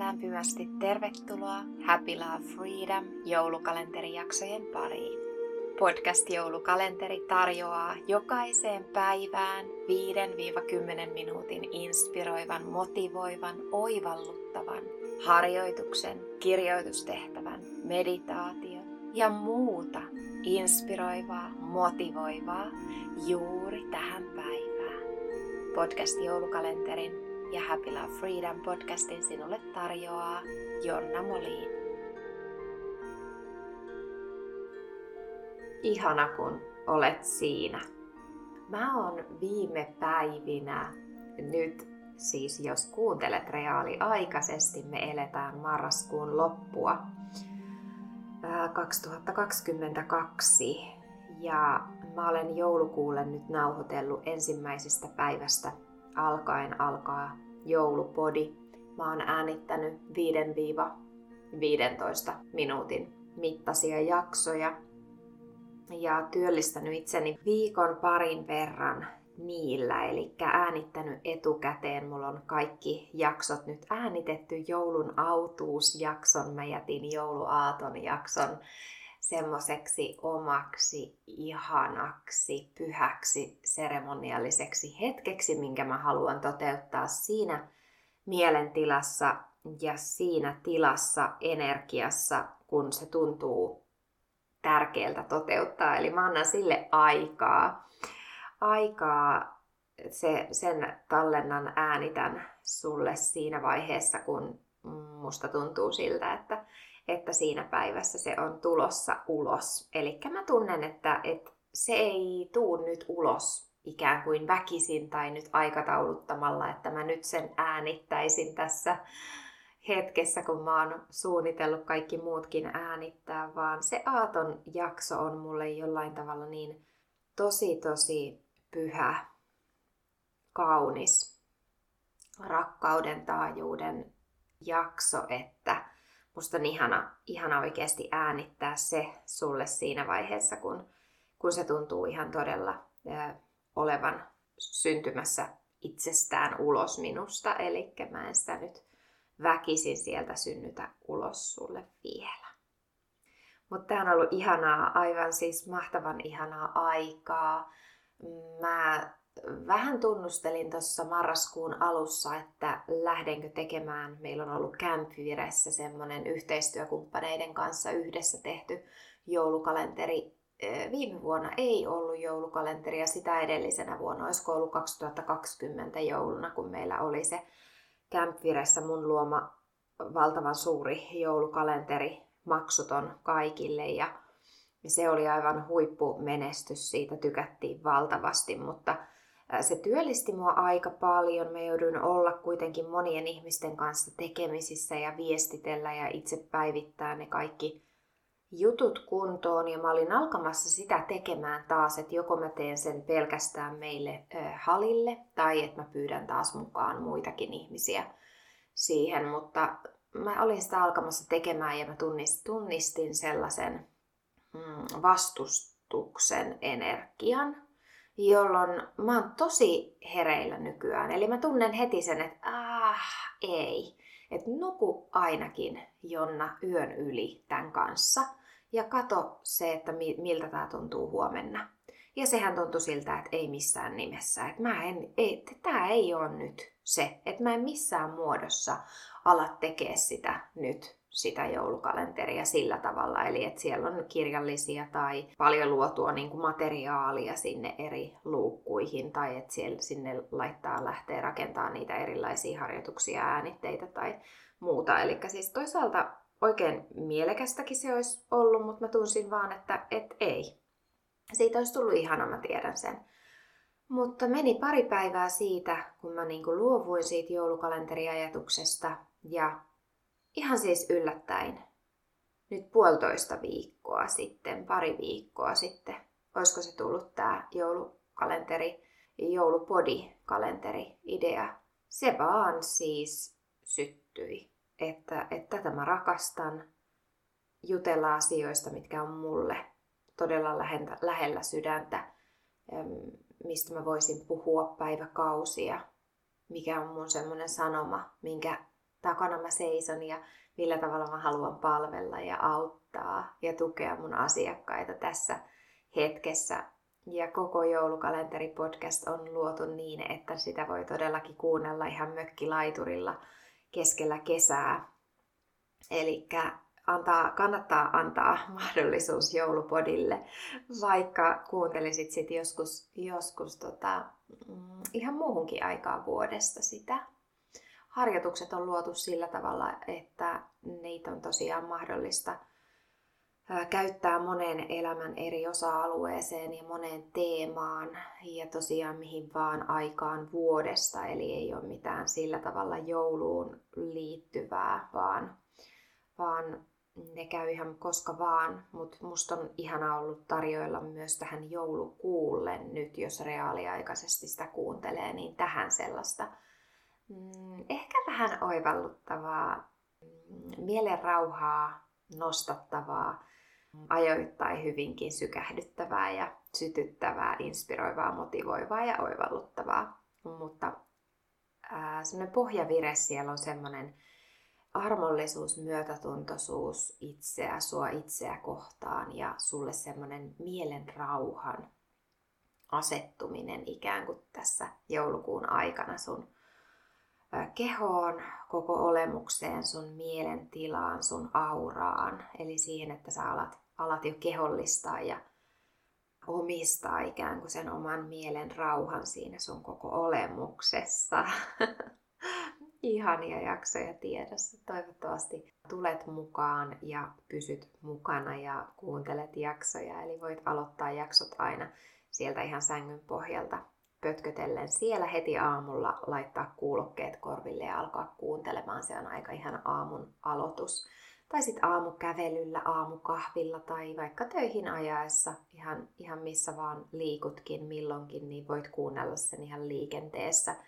lämpimästi tervetuloa Happy Love Freedom joulukalenterijaksojen pariin. Podcast-joulukalenteri tarjoaa jokaiseen päivään 5-10 minuutin inspiroivan, motivoivan, oivalluttavan harjoituksen, kirjoitustehtävän, meditaation ja muuta inspiroivaa, motivoivaa juuri tähän päivään. Podcast-joulukalenterin ja Happy Love Freedom podcastin sinulle tarjoaa Jonna Molin. Ihana kun olet siinä. Mä oon viime päivinä, nyt siis jos kuuntelet reaaliaikaisesti, me eletään marraskuun loppua 2022 ja mä olen joulukuulle nyt nauhoitellut ensimmäisestä päivästä alkaen alkaa joulupodi. Mä oon äänittänyt 5-15 minuutin mittaisia jaksoja ja työllistänyt itseni viikon parin verran niillä, eli äänittänyt etukäteen. Mulla on kaikki jaksot nyt äänitetty, joulun autuusjakson, mä jätin jouluaaton jakson semmoiseksi omaksi, ihanaksi, pyhäksi, seremonialliseksi hetkeksi, minkä mä haluan toteuttaa siinä mielentilassa ja siinä tilassa, energiassa, kun se tuntuu tärkeältä toteuttaa. Eli mä annan sille aikaa. Sen tallennan, äänitän sulle siinä vaiheessa, kun musta tuntuu siltä, että siinä päivässä se on tulossa ulos. Eli mä tunnen, että se ei tuu nyt ulos ikään kuin väkisin tai nyt aikatauluttamalla, että mä nyt sen äänittäisin tässä hetkessä, kun mä oon suunnitellut kaikki muutkin äänittää, vaan se aaton jakso on mulle jollain tavalla niin tosi pyhä, kaunis, rakkauden taajuuden jakso, että musta on ihana oikeasti äänittää se sulle siinä vaiheessa, kun se tuntuu ihan todella olevan syntymässä itsestään ulos minusta. Eli mä en sitä nyt väkisin sieltä synnytä ulos sulle vielä. Mutta tää on ollut ihanaa, aivan siis mahtavan ihanaa aikaa. Mä vähän tunnustelin tuossa marraskuun alussa, että lähdenkö tekemään. Meillä on ollut Campviressä semmoinen yhteistyökumppaneiden kanssa yhdessä tehty joulukalenteri. Viime vuonna ei ollut joulukalenteria, sitä edellisenä vuonna, olisiko ollut 2020 jouluna, kun meillä oli se Campviressä mun luoma valtavan suuri joulukalenteri, maksuton kaikille, ja se oli aivan huippumenestys, siitä tykättiin valtavasti, mutta se työllisti mua aika paljon. Mä jouduin olla kuitenkin monien ihmisten kanssa tekemisissä ja viestitellä ja itse päivittää ne kaikki jutut kuntoon. Ja mä olin alkamassa sitä tekemään taas, että joko mä teen sen pelkästään meille halille tai että mä pyydän taas mukaan muitakin ihmisiä siihen. Mutta mä olin sitä alkamassa tekemään ja mä tunnistin sellaisen vastustuksen energian, jolloin mä oon tosi hereillä nykyään. Eli mä tunnen heti sen, että ei. Että nuku ainakin, Jonna, yön yli tämän kanssa. Ja kato se, että miltä tää tuntuu huomenna. Ja sehän tuntui siltä, että ei missään nimessä. Että tää ei ole nyt se. Että mä en missään muodossa ala tekee sitä joulukalenteria sillä tavalla. Eli että siellä on kirjallisia tai paljon luotua niin kuin materiaalia sinne eri luukkuihin. Tai että sinne lähtee rakentamaan niitä erilaisia harjoituksia, äänitteitä tai muuta. Eli siis toisaalta oikein mielekästäkin se olisi ollut, mutta mä tunsin vaan, että ei. Siitä olisi tullut ihana, mä tiedän sen. Mutta meni pari päivää siitä, kun mä niin kuin luovuin siitä joulukalenteriajatuksesta ja ihan siis yllättäen, nyt 1,5 viikkoa sitten, pari viikkoa sitten, olisiko se tullut tää joulukalenteri, joulupodi-kalenteri-idea. Se vaan siis syttyi, että tätä mä rakastan, jutella asioista, mitkä on mulle todella lähellä sydäntä, mistä mä voisin puhua päiväkausia, mikä on mun semmoinen sanoma, minkä takana mä seison ja millä tavalla mä haluan palvella ja auttaa ja tukea mun asiakkaita tässä hetkessä. Ja koko joulukalenteri-podcast on luotu niin, että sitä voi todellakin kuunnella ihan mökkilaiturilla keskellä kesää. Eli kannattaa antaa mahdollisuus joulupodille, vaikka kuuntelisit sit joskus ihan muuhunkin aikaan vuodesta sitä. Harjoitukset on luotu sillä tavalla, että niitä on tosiaan mahdollista käyttää moneen elämän eri osa-alueeseen ja moneen teemaan ja tosiaan mihin vaan aikaan vuodesta. Eli ei ole mitään sillä tavalla jouluun liittyvää, vaan ne käy ihan koska vaan. Mutta musta on ihana ollut tarjoilla myös tähän joulukuulle nyt, jos reaaliaikaisesti sitä kuuntelee, niin tähän sellaista ehkä vähän oivalluttavaa, mielen rauhaa nostattavaa, ajoittain hyvinkin sykähdyttävää ja sytyttävää, inspiroivaa, motivoivaa ja oivalluttavaa. Mutta semmoinen pohjavire siellä on semmoinen armollisuus, myötätuntoisuus sua itseä kohtaan ja sulle semmoinen mielen rauhan asettuminen ikään kuin tässä joulukuun aikana sun kehoon, koko olemukseen, sun mielen tilaan, sun auraan. Eli siihen, että sä alat jo kehollistaa ja omistaa ikään kuin sen oman mielen rauhan siinä sun koko olemuksessa. Ihania jaksoja tiedossa. Toivottavasti tulet mukaan ja pysyt mukana ja kuuntelet jaksoja. Eli voit aloittaa jaksot aina sieltä ihan sängyn pohjalta pötkötellen siellä heti aamulla, laittaa kuulokkeet korville ja alkaa kuuntelemaan. Se on aika ihana aamun aloitus. Tai sitten aamukävelyllä, aamukahvilla tai vaikka töihin ajaessa, ihan missä vaan liikutkin milloinkin, niin voit kuunnella sen ihan liikenteessä.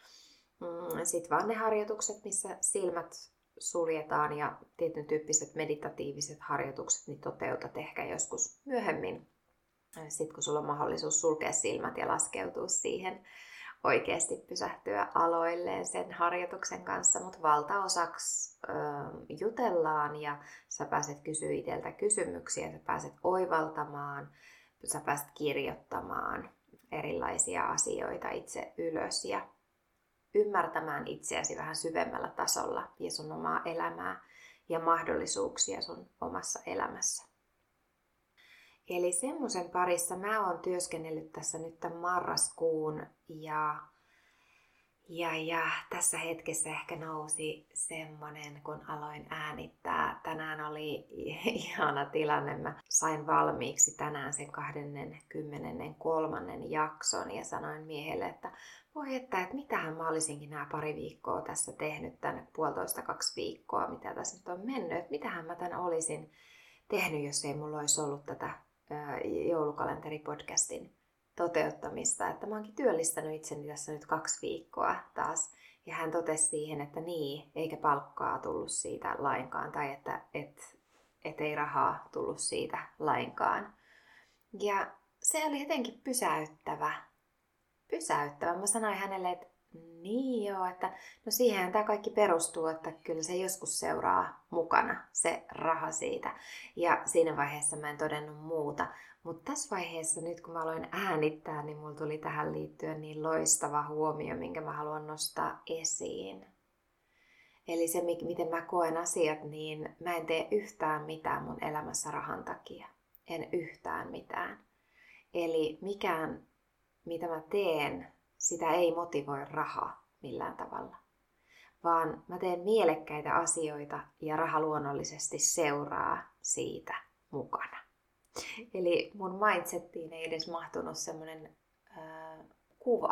Sitten vaan ne harjoitukset, missä silmät suljetaan ja tietyn tyyppiset meditatiiviset harjoitukset, niin toteutat ehkä joskus myöhemmin. Sitten kun sulla on mahdollisuus sulkea silmät ja laskeutua siihen, oikeasti pysähtyä aloilleen sen harjoituksen kanssa, mutta valtaosaksi jutellaan ja sä pääset kysyä itseltä kysymyksiä, sä pääset oivaltamaan, sä pääset kirjoittamaan erilaisia asioita itse ylös ja ymmärtämään itseäsi vähän syvemmällä tasolla ja sun omaa elämää ja mahdollisuuksia sun omassa elämässä. Eli semmoisen parissa mä oon työskennellyt tässä nyt tämän marraskuun ja tässä hetkessä ehkä nousi semmonen, kun aloin äänittää. Tänään oli ihana tilanne. Mä sain valmiiksi tänään sen 23. jakson ja sanoin miehelle, että voi että mitähän mä olisinkin nämä pari viikkoa tässä tehnyt, tänne 1,5-2 viikkoa, mitä tässä nyt on mennyt. Että mitähän mä tän olisin tehnyt, jos ei mulla olisi ollut tätä joulukalenteri-podcastin toteuttamista, että mä oonkin työllistänyt itseni tässä nyt 2 viikkoa taas. Ja hän totesi siihen, että niin, eikä palkkaa tullut siitä lainkaan, tai että ei rahaa tullut siitä lainkaan. Ja se oli jotenkin pysäyttävä. Mä sanoin hänelle, että niin joo, että no siihen tämä kaikki perustuu, että kyllä se joskus seuraa mukana se raha siitä. Ja siinä vaiheessa mä en todennut muuta. Mutta tässä vaiheessa nyt kun mä aloin äänittää, niin mulla tuli tähän liittyen niin loistava huomio, minkä mä haluan nostaa esiin. Eli se, miten mä koen asiat, niin mä en tee yhtään mitään mun elämässä rahan takia. En yhtään mitään. Eli mikään, mitä mä teen, sitä ei motivoi raha millään tavalla. Vaan mä teen mielekkäitä asioita ja raha luonnollisesti seuraa siitä mukana. Eli mun mindsettiin ei edes mahtunut semmoinen kuva,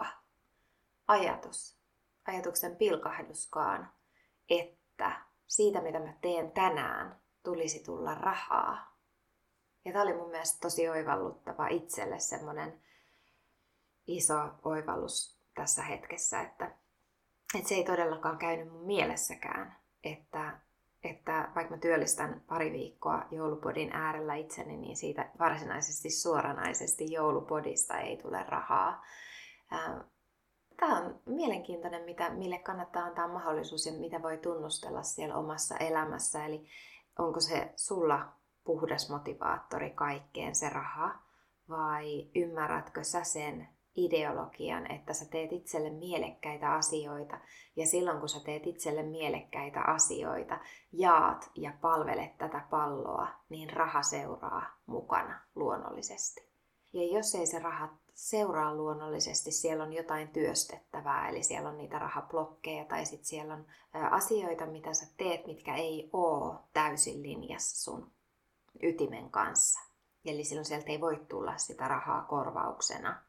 ajatuksen pilkahduskaan, että siitä mitä mä teen tänään tulisi tulla rahaa. Ja tää oli mun mielestä tosi oivalluttava itselle semmoinen iso oivallus tässä hetkessä, että se ei todellakaan käynyt mun mielessäkään, että vaikka mä työllistän 2 viikkoa joulupodin äärellä itseni, niin siitä varsinaisesti suoranaisesti joulupodista ei tule rahaa. tämä on mielenkiintoinen, mille kannattaa antaa mahdollisuus ja mitä voi tunnustella siellä omassa elämässä. Eli onko se sulla puhdas motivaattori kaikkeen se raha vai ymmärrätkö sä sen ideologian, että sä teet itselle mielekkäitä asioita ja silloin kun sä teet itselle mielekkäitä asioita, jaat ja palvelet tätä palloa, niin raha seuraa mukana luonnollisesti. Ja jos ei se raha seuraa luonnollisesti, siellä on jotain työstettävää, eli siellä on niitä rahablokkeja tai sitten siellä on asioita, mitä sä teet, mitkä ei ole täysin linjassa sun ytimen kanssa. Eli silloin sieltä ei voi tulla sitä rahaa korvauksena.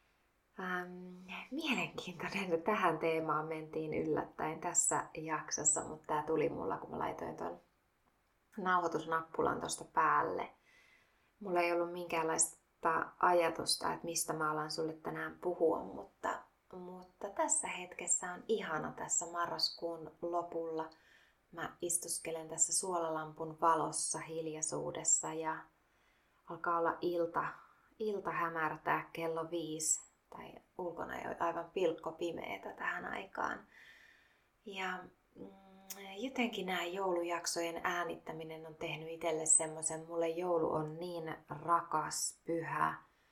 Mielenkiintoinen. Tähän teemaan mentiin yllättäen tässä jaksossa, mutta tämä tuli mulla, kun mä laitoin ton nauhoitusnappulan tuosta päälle. Mulla ei ollut minkäänlaista ajatusta, että mistä mä alan sulle tänään puhua, mutta tässä hetkessä on ihana tässä marraskuun lopulla. Mä istuskelen tässä suolalampun valossa hiljaisuudessa ja alkaa olla ilta hämärtää kello 5 tai ulkona jo aivan pilkkopimeetä tähän aikaan. Ja jotenkin nämä joulujaksojen äänittäminen on tehnyt itselle semmoisen, mulle joulu on niin rakas, pyhä,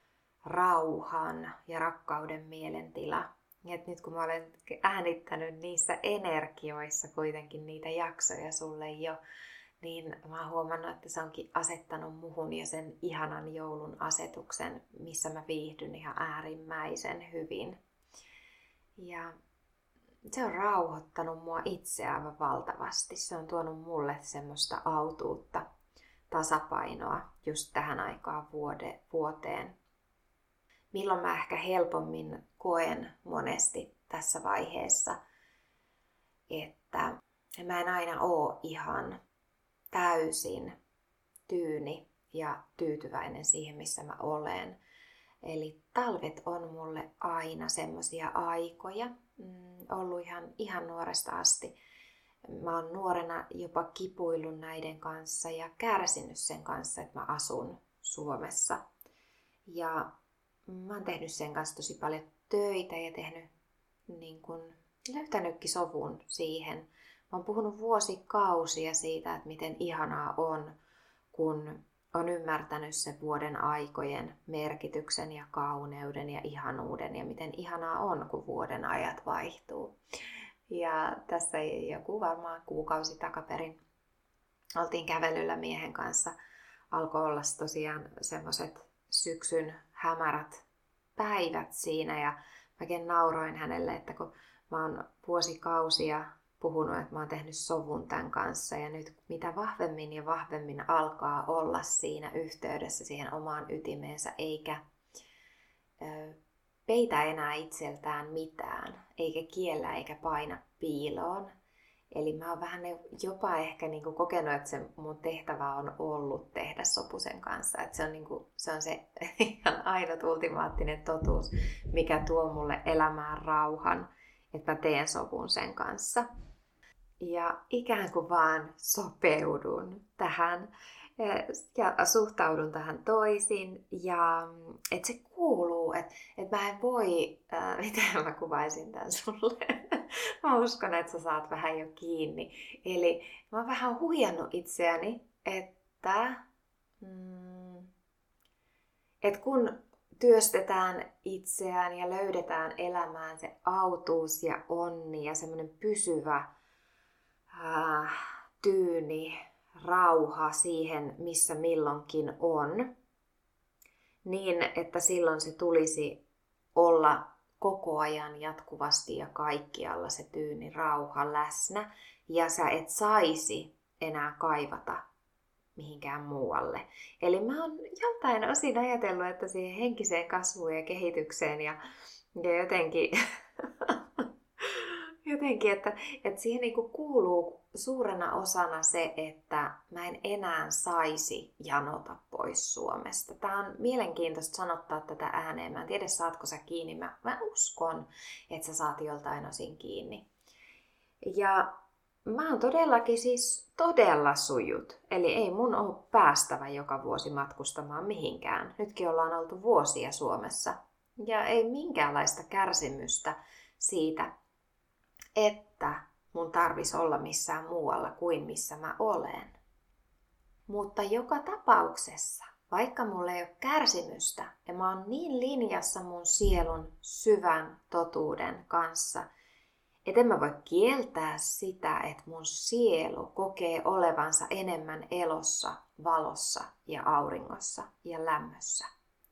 rauhan ja rakkauden mielentila. Ja nyt kun mä olen äänittänyt niissä energioissa kuitenkin niitä jaksoja sulle jo, niin mä oon huomannut, että se onkin asettanut muhun jo sen ihanan joulun asetuksen, missä mä viihdyn ihan äärimmäisen hyvin. Ja se on rauhoittanut mua itse aivan valtavasti. Se on tuonut mulle semmoista autuutta, tasapainoa just tähän aikaan vuoteen. Milloin mä ehkä helpommin koen monesti tässä vaiheessa, että mä en aina oo ihan täysin tyyni ja tyytyväinen siihen, missä mä olen. Eli talvet on mulle aina semmoisia aikoja, ollut ihan nuoresta asti. Mä oon nuorena jopa kipuillut näiden kanssa ja kärsinyt sen kanssa, että mä asun Suomessa. Ja mä oon tehnyt sen kanssa tosi paljon töitä ja löytänytkin sovun siihen. Mä oon puhunut vuosikausia siitä, että miten ihanaa on, kun on ymmärtänyt sen vuoden aikojen merkityksen ja kauneuden ja ihanuuden ja miten ihanaa on, kun vuoden ajat vaihtuu. Ja tässä joku varmaan kuukausi takaperin oltiin kävelyllä miehen kanssa. Alkoi olla tosiaan semmoiset syksyn hämärät päivät siinä ja mäkin nauroin hänelle, että kun mä oon vuosikausia puhunut, että mä oon tehnyt sovun tämän kanssa ja nyt mitä vahvemmin ja vahvemmin alkaa olla siinä yhteydessä siihen omaan ytimeensä eikä peitä enää itseltään mitään, eikä kiellä eikä paina piiloon. Eli mä oon vähän jopa ehkä kokenut, että se mun tehtävä on ollut tehdä sopu sen kanssa. Että se on se ihan ainut ultimaattinen totuus, mikä tuo mulle elämään rauhan, että mä teen sovun sen kanssa. Ja ikään kuin vaan sopeudun tähän ja suhtaudun tähän toisin. Ja että se kuuluu, että mä en voi, miten mä kuvaisin tämän sulle. Mä uskon, että sä saat vähän jo kiinni. Eli mä oon vähän huijannut itseäni, että kun työstetään itseään ja löydetään elämään se autuus ja onni ja semmoinen pysyvä tyyni, rauha siihen, missä milloinkin on, niin että silloin se tulisi olla koko ajan jatkuvasti ja kaikkialla se tyyni rauha läsnä ja sä et saisi enää kaivata mihinkään muualle. Eli mä oon joltain osin ajatellut, että siihen henkiseen kasvuun ja kehitykseen ja jotenkin että siihen kuuluu suurena osana se, että mä en enää saisi janota pois Suomesta. Tää on mielenkiintoista sanottaa tätä ääneen. Mä en tiedä, saatko sä kiinni. Mä uskon, että sä saat joltain osin kiinni. Ja mä oon todellakin siis todella sujut. Eli ei mun ole päästävä joka vuosi matkustamaan mihinkään. Nytkin ollaan oltu vuosia Suomessa. Ja ei minkäänlaista kärsimystä siitä, että mun tarvitsisi olla missään muualla kuin missä mä olen. Mutta joka tapauksessa, vaikka mulla ei ole kärsimystä ja mä oon niin linjassa mun sielun syvän totuuden kanssa, että en mä voi kieltää sitä, että mun sielu kokee olevansa enemmän elossa, valossa ja auringossa ja lämmössä.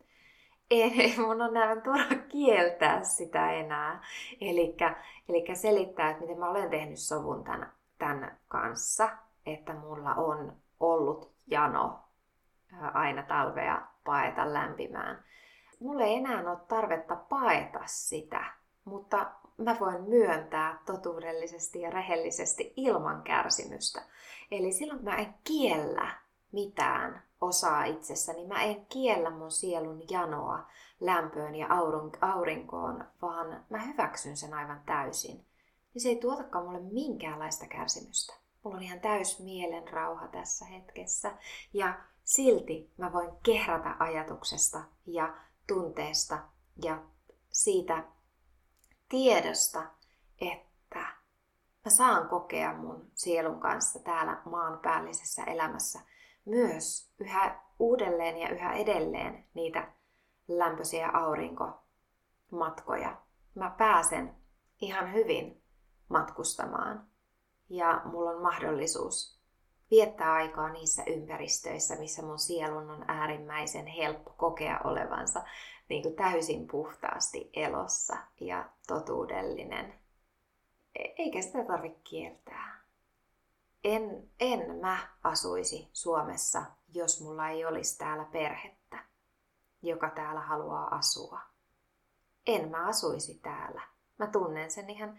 Ei, mun on aivan turha kieltää sitä enää. Elikkä selittää, että miten mä olen tehnyt sovun tämän kanssa, että mulla on ollut jano aina talvea paeta lämpimään. Mulla ei enää ole tarvetta paeta sitä, mutta mä voin myöntää totuudellisesti ja rehellisesti ilman kärsimystä. Eli silloin kun mä en kiellä mitään osaa itsessäni, mä en kiellä mun sielun janoa lämpöön ja aurinkoon, vaan mä hyväksyn sen aivan täysin. Niin se ei tuotakaan mulle minkäänlaista kärsimystä. Mulla on ihan täys mielen rauha tässä hetkessä ja silti mä voin kehrätä ajatuksesta ja tunteesta ja siitä tiedosta, että mä saan kokea mun sielun kanssa täällä maanpäällisessä elämässä myös yhä uudelleen ja yhä edelleen niitä lämpöisiä aurinkomatkoja. Mä pääsen ihan hyvin matkustamaan ja mulla on mahdollisuus viettää aikaa niissä ympäristöissä, missä mun sielun on äärimmäisen helppo kokea olevansa niin kuin täysin puhtaasti elossa ja totuudellinen. Eikä sitä tarvitse kieltää. En mä asuisi Suomessa, jos mulla ei olisi täällä perhettä, joka täällä haluaa asua. En mä asuisi täällä. Mä tunnen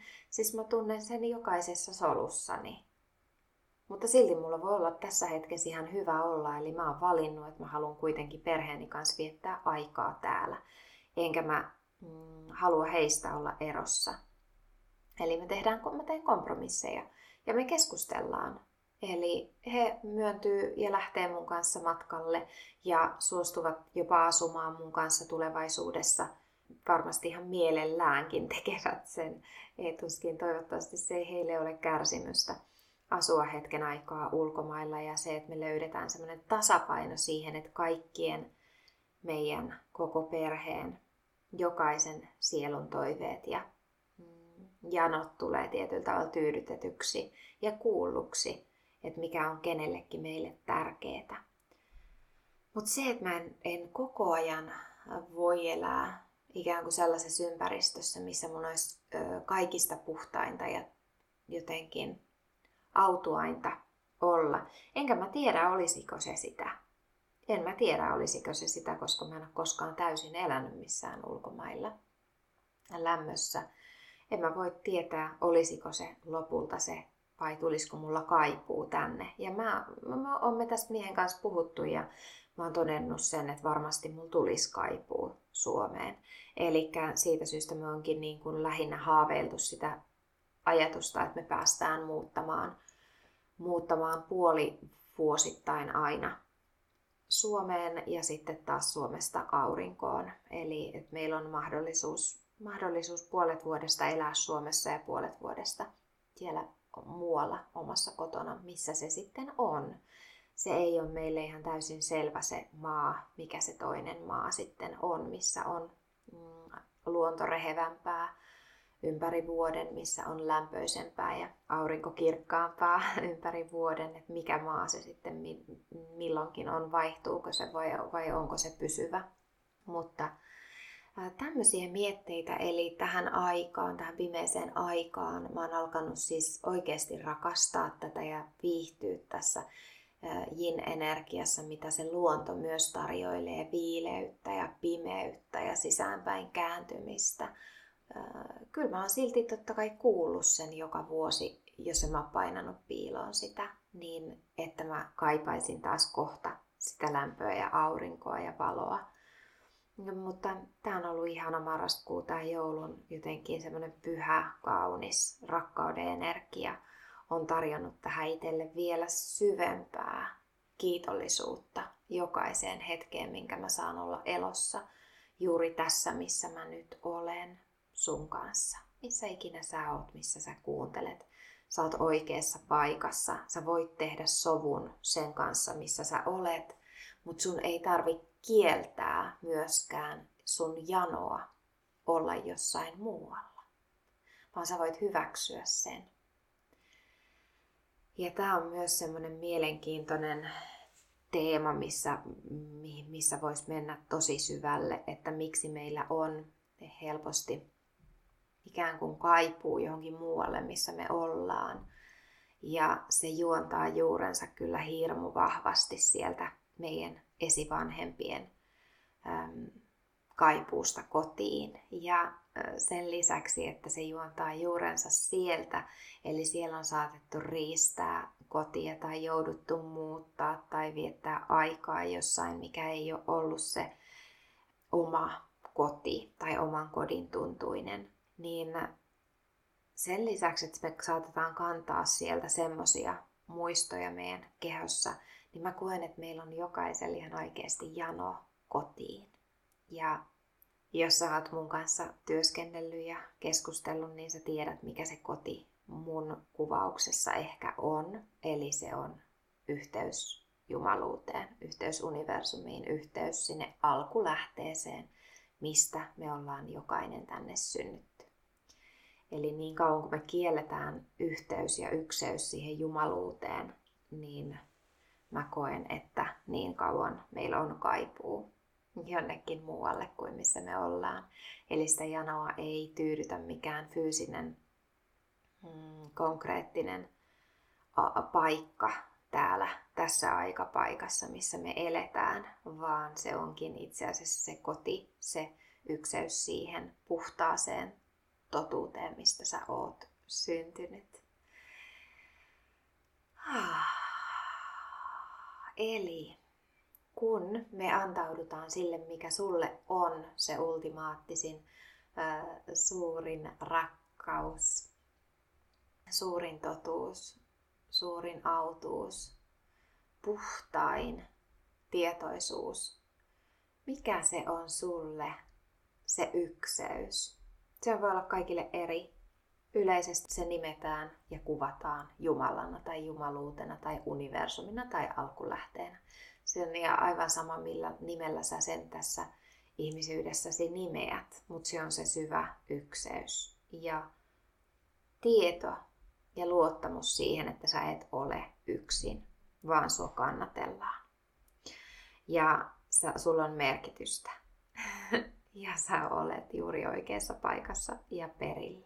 sen jokaisessa solussani. Mutta silti mulla voi olla tässä hetkessä ihan hyvä olla, eli mä oon valinnut, että mä haluan kuitenkin perheeni kanssa viettää aikaa täällä. Enkä mä halua heistä olla erossa. Eli mä teen kompromisseja ja me keskustellaan. Eli he myöntyy ja lähtee mun kanssa matkalle ja suostuvat jopa asumaan mun kanssa tulevaisuudessa. Varmasti ihan mielelläänkin tekevät sen. Ei tuskin, toivottavasti se ei heille ole kärsimystä asua hetken aikaa ulkomailla ja se, että me löydetään semmoinen tasapaino siihen, että kaikkien meidän koko perheen, jokaisen sielun toiveet ja janot tulee tietyllä tavalla tyydytetyksi ja kuulluksi, että mikä on kenellekin meille tärkeää. Mutta se, että mä en koko ajan voi elää ikään kuin sellaisessa ympäristössä, missä mun olisi kaikista puhtainta ja jotenkin autuainta olla. Enkä mä tiedä, olisiko se sitä. En mä tiedä, olisiko se sitä, koska mä en ole koskaan täysin elänyt missään ulkomailla lämmössä. En mä voi tietää, olisiko se lopulta se vai tulisiko mulla kaipuu tänne. Ja mä oon tästä miehen kanssa puhuttu ja mä oon todennut sen, että varmasti mulla tulisi kaipuu Suomeen. Eli siitä syystä me onkin niin kuin lähinnä haaveiltu sitä ajatusta, että me päästään muuttamaan puolivuosittain aina Suomeen ja sitten taas Suomesta aurinkoon. Eli että meillä on mahdollisuus puolet vuodesta elää Suomessa ja puolet vuodesta siellä muualla omassa kotona, missä se sitten on. Se ei ole meille ihan täysin selvä se maa, mikä se toinen maa sitten on, missä on luonto rehevämpää ympäri vuoden, missä on lämpöisempää ja aurinko kirkkaampaa ympäri vuoden, että mikä maa se sitten milloinkin on, vaihtuuko se vai onko se pysyvä. Mutta tämmöisiä mietteitä, eli tähän pimeeseen aikaan, mä oon alkanut siis oikeasti rakastaa tätä ja viihtyä tässä yin-energiassa, mitä se luonto myös tarjoilee, viileyttä ja pimeyttä ja sisäänpäin kääntymistä. Kyllä mä oon silti totta kai kuullut sen joka vuosi, jos en mä oon painanut piiloon sitä, niin että mä kaipaisin taas kohta sitä lämpöä ja aurinkoa ja valoa. No, mutta tää on ollut ihana marraskuu, tää joulun jotenkin semmoinen pyhä, kaunis rakkauden energia on tarjonnut tähän itselle vielä syvempää kiitollisuutta jokaiseen hetkeen, minkä mä saan olla elossa juuri tässä, missä mä nyt olen sun kanssa. missä ikinä sä oot, missä sä kuuntelet. Sä oot oikeassa paikassa. Sä voit tehdä sovun sen kanssa, missä sä olet, mutta sun ei tarvitse kieltää myöskään sun janoa olla jossain muualla, vaan sä voit hyväksyä sen. Ja tää on myös semmoinen mielenkiintoinen teema, missä voisi mennä tosi syvälle, että miksi meillä on helposti ikään kuin kaipuu johonkin muualle, missä me ollaan. Ja se juontaa juurensa kyllä hirmu vahvasti sieltä meidän esivanhempien kaipuusta kotiin. Ja sen lisäksi, että se juontaa juurensa sieltä, eli siellä on saatettu riistää kotia tai jouduttu muuttaa tai viettää aikaa jossain, mikä ei ole ollut se oma koti tai oman kodin tuntuinen, niin sen lisäksi, että me saatetaan kantaa sieltä semmoisia muistoja meidän kehossa, niin mä koen, että meillä on jokaisella ihan oikeasti jano kotiin. Ja jos sä oot mun kanssa työskennellyt ja keskustellut, niin sä tiedät, mikä se koti mun kuvauksessa ehkä on. Eli se on yhteys jumaluuteen, yhteys universumiin, yhteys sinne alkulähteeseen, mistä me ollaan jokainen tänne synnytty. Eli niin kauan kun me kielletään yhteys ja ykseys siihen jumaluuteen, niin mä koen, että niin kauan meillä on kaipuu jonnekin muualle kuin missä me ollaan. Eli sitä janoa ei tyydytä mikään fyysinen, konkreettinen paikka täällä tässä aikapaikassa, missä me eletään, vaan se onkin itse asiassa se koti, se ykseys siihen puhtaaseen totuuteen, mistä sä oot syntynyt. Eli kun me antaudutaan sille, mikä sulle on se ultimaattisin, suurin rakkaus, suurin totuus, suurin autuus, puhtain tietoisuus, mikä se on sulle se ykseys? Se voi olla kaikille eri. Yleisesti se nimetään ja kuvataan Jumalana tai jumaluutena tai universumina tai alkulähteenä. Se on aivan sama, millä nimellä sä sen tässä ihmisyydessäsi nimeät, mutta se on se syvä ykseys. Ja tieto ja luottamus siihen, että sä et ole yksin, vaan sua kannatellaan. Ja sulla on merkitystä. Ja sä olet juuri oikeassa paikassa ja perillä.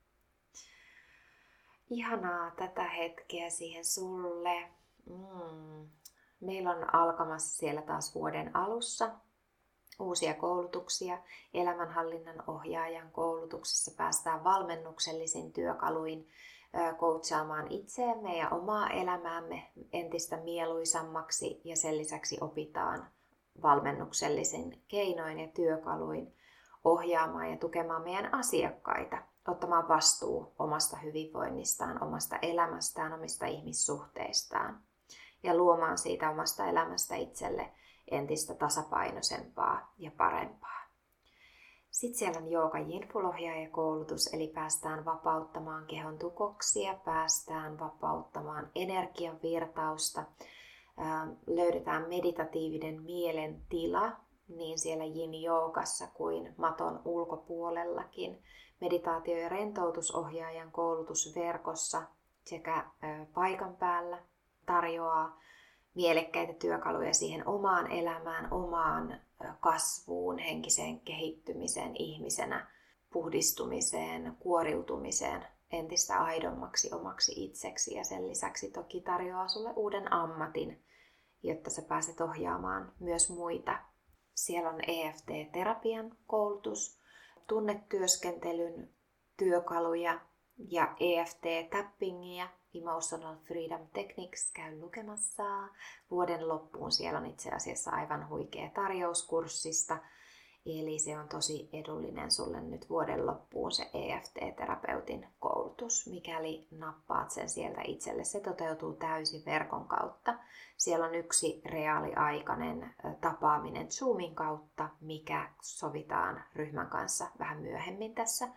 Ihanaa tätä hetkeä siihen sulle. Meillä on alkamassa siellä taas vuoden alussa uusia koulutuksia. Elämänhallinnan ohjaajan koulutuksessa päästään valmennuksellisin työkaluin coachaamaan itseämme ja omaa elämäämme entistä mieluisammaksi, ja sen lisäksi opitaan valmennuksellisin keinoin ja työkaluin ohjaamaan ja tukemaan meidän asiakkaita, ottamaan vastuu omasta hyvinvoinnistaan, omasta elämästään, omista ihmissuhteistaan ja luomaan siitä omasta elämästä itselle entistä tasapainoisempaa ja parempaa. Sitten siellä on jooga Yin-Full-ohjaajakoulutus, eli päästään vapauttamaan kehon tukoksia, päästään vapauttamaan energian virtausta, löydetään meditatiivinen mielentila niin siellä Yin-joogassa kuin maton ulkopuolellakin. Meditaatio- ja rentoutusohjaajan koulutusverkossa sekä paikan päällä tarjoaa mielekkäitä työkaluja siihen omaan elämään, omaan kasvuun, henkiseen kehittymiseen ihmisenä, puhdistumiseen, kuoriutumiseen entistä aidommaksi omaksi itseksi, ja sen lisäksi toki tarjoaa sulle uuden ammatin, jotta sä pääset ohjaamaan myös muita. Siellä on EFT-terapian koulutus, tunnetyöskentelyn työkaluja ja EFT-tappingia, Emotional Freedom Techniques, käy lukemassa. Vuoden loppuun siellä on itse asiassa aivan huikea tarjous kurssista, eli se on tosi edullinen sulle nyt vuoden loppuun se EFT-terapeutin koulutus, mikäli nappaat sen sieltä itselle. Se toteutuu täysin verkon kautta. Siellä on yksi reaaliaikainen tapaaminen Zoomin kautta, mikä sovitaan ryhmän kanssa vähän myöhemmin tässä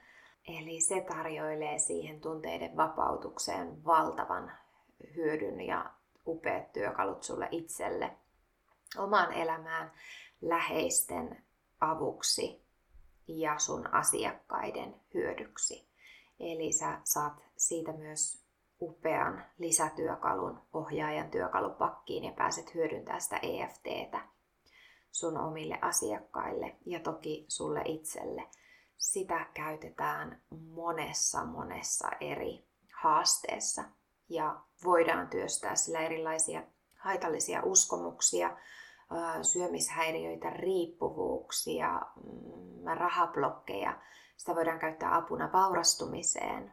Eli se tarjoilee siihen tunteiden vapautukseen valtavan hyödyn ja upeat työkalut sulle itselle, omaan elämään, läheisten avuksi ja sun asiakkaiden hyödyksi. Eli sä saat siitä myös upean lisätyökalun ohjaajan työkalupakkiin ja pääset hyödyntämään sitä EFT:tä sun omille asiakkaille ja toki sulle itselle. Sitä käytetään monessa eri haasteessa ja voidaan työstää sillä erilaisia haitallisia uskomuksia, syömishäiriöitä, riippuvuuksia, rahablokkeja. Sitä voidaan käyttää apuna vaurastumiseen.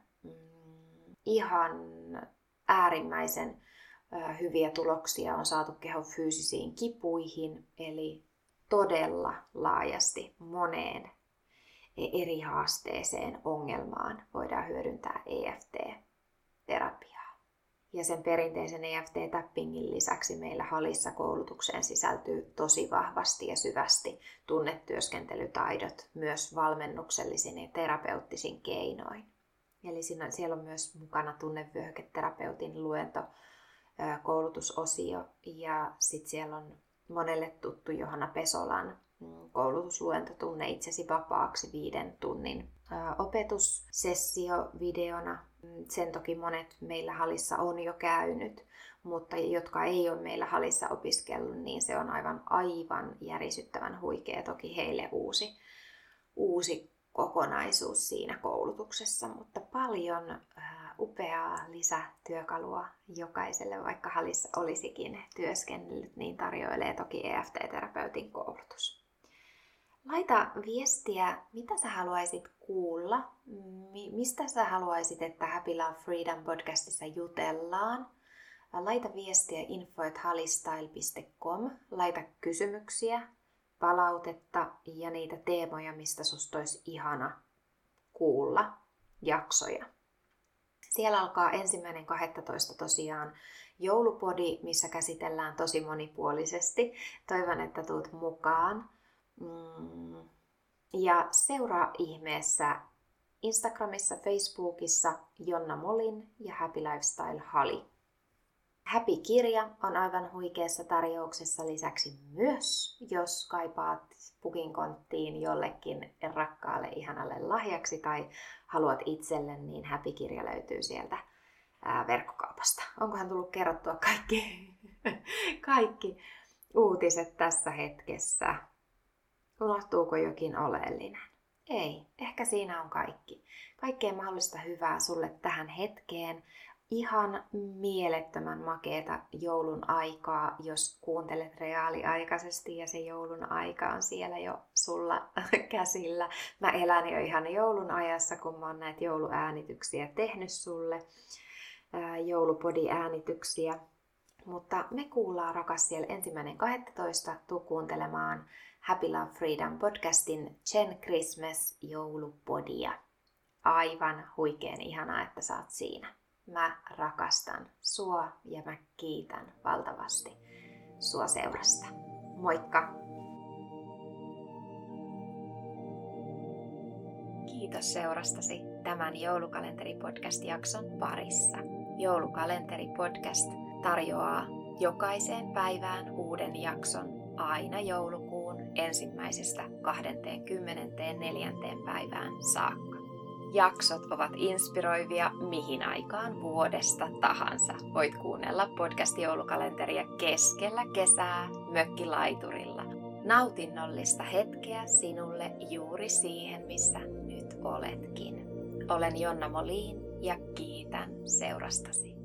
Ihan äärimmäisen hyviä tuloksia on saatu kehon fyysisiin kipuihin, eli todella laajasti moneen eri haasteeseen, ongelmaan voidaan hyödyntää EFT-terapiaa. Ja sen perinteisen EFT-tappingin lisäksi meillä Halissa koulutukseen sisältyy tosi vahvasti ja syvästi tunnetyöskentelytaidot myös valmennuksellisin ja terapeuttisin keinoin. Eli siellä on myös mukana tunnevyöhyketerapeutin koulutusosio ja sitten siellä on monelle tuttu Johanna Pesolan koulutusluento Tunne itsesi vapaaksi 5 tunnin opetussessio videona. Sen toki monet meillä Halissa on jo käynyt, mutta jotka ei ole meillä Halissa opiskellut, niin se on aivan järisyttävän huikea toki heille uusi kokonaisuus siinä koulutuksessa, mutta paljon upeaa lisätyökalua jokaiselle, vaikka Halissa olisikin työskennellyt, niin tarjoilee toki EFT-terapeutin koulutus. Laita viestiä, mitä sä haluaisit kuulla, mistä sä haluaisit, että Happy Love Freedom podcastissa jutellaan. Laita viestiä info@halistyle.com, laita kysymyksiä, palautetta ja niitä teemoja, mistä susta olisi ihana kuulla jaksoja. Siellä alkaa 1.12. tosiaan joulupodi, missä käsitellään tosi monipuolisesti. Toivon, että tuut mukaan. Ja seuraa ihmeessä Instagramissa, Facebookissa Jonna Molin ja Happy Lifestyle Hali. Happy-kirja on aivan huikeassa tarjouksessa lisäksi myös, jos kaipaat pukinkonttiin jollekin rakkaalle ihanalle lahjaksi tai haluat itselle, niin Happy-kirja löytyy sieltä verkkokaupasta. Onkohan tullut kerrottua kaikki uutiset tässä hetkessä? Unohtuuko jokin oleellinen? Ei, ehkä siinä on kaikki. Kaikkea mahdollista hyvää sulle tähän hetkeen. Ihan mielettömän makeeta joulun aikaa, jos kuuntelet reaaliaikaisesti ja se joulun aika on siellä jo sulla käsillä. Mä elän jo ihan joulun ajassa, kun mä oon näitä jouluäänityksiä tehnyt sulle, joulupodi-äänityksiä. Mutta me kuullaan rakas siellä 1.12. Tuu kuuntelemaan Happy Love Freedom podcastin Chen Christmas joulupodia. Aivan huikean ihanaa, että sä oot siinä. Mä rakastan sua ja mä kiitän valtavasti sua seurasta. Moikka! Kiitos seurastasi tämän Joulukalenteri-podcast-jakson parissa. Joulukalenteri-podcast tarjoaa jokaiseen päivään uuden jakson aina joulukuun 1.–24. päivään saakka. Jaksot ovat inspiroivia mihin aikaan vuodesta tahansa. Voit kuunnella podcast-joulukalenteria keskellä kesää mökkilaiturilla. Nautinnollista hetkeä sinulle juuri siihen, missä nyt oletkin. Olen Jonna Molin ja kiitän seurastasi.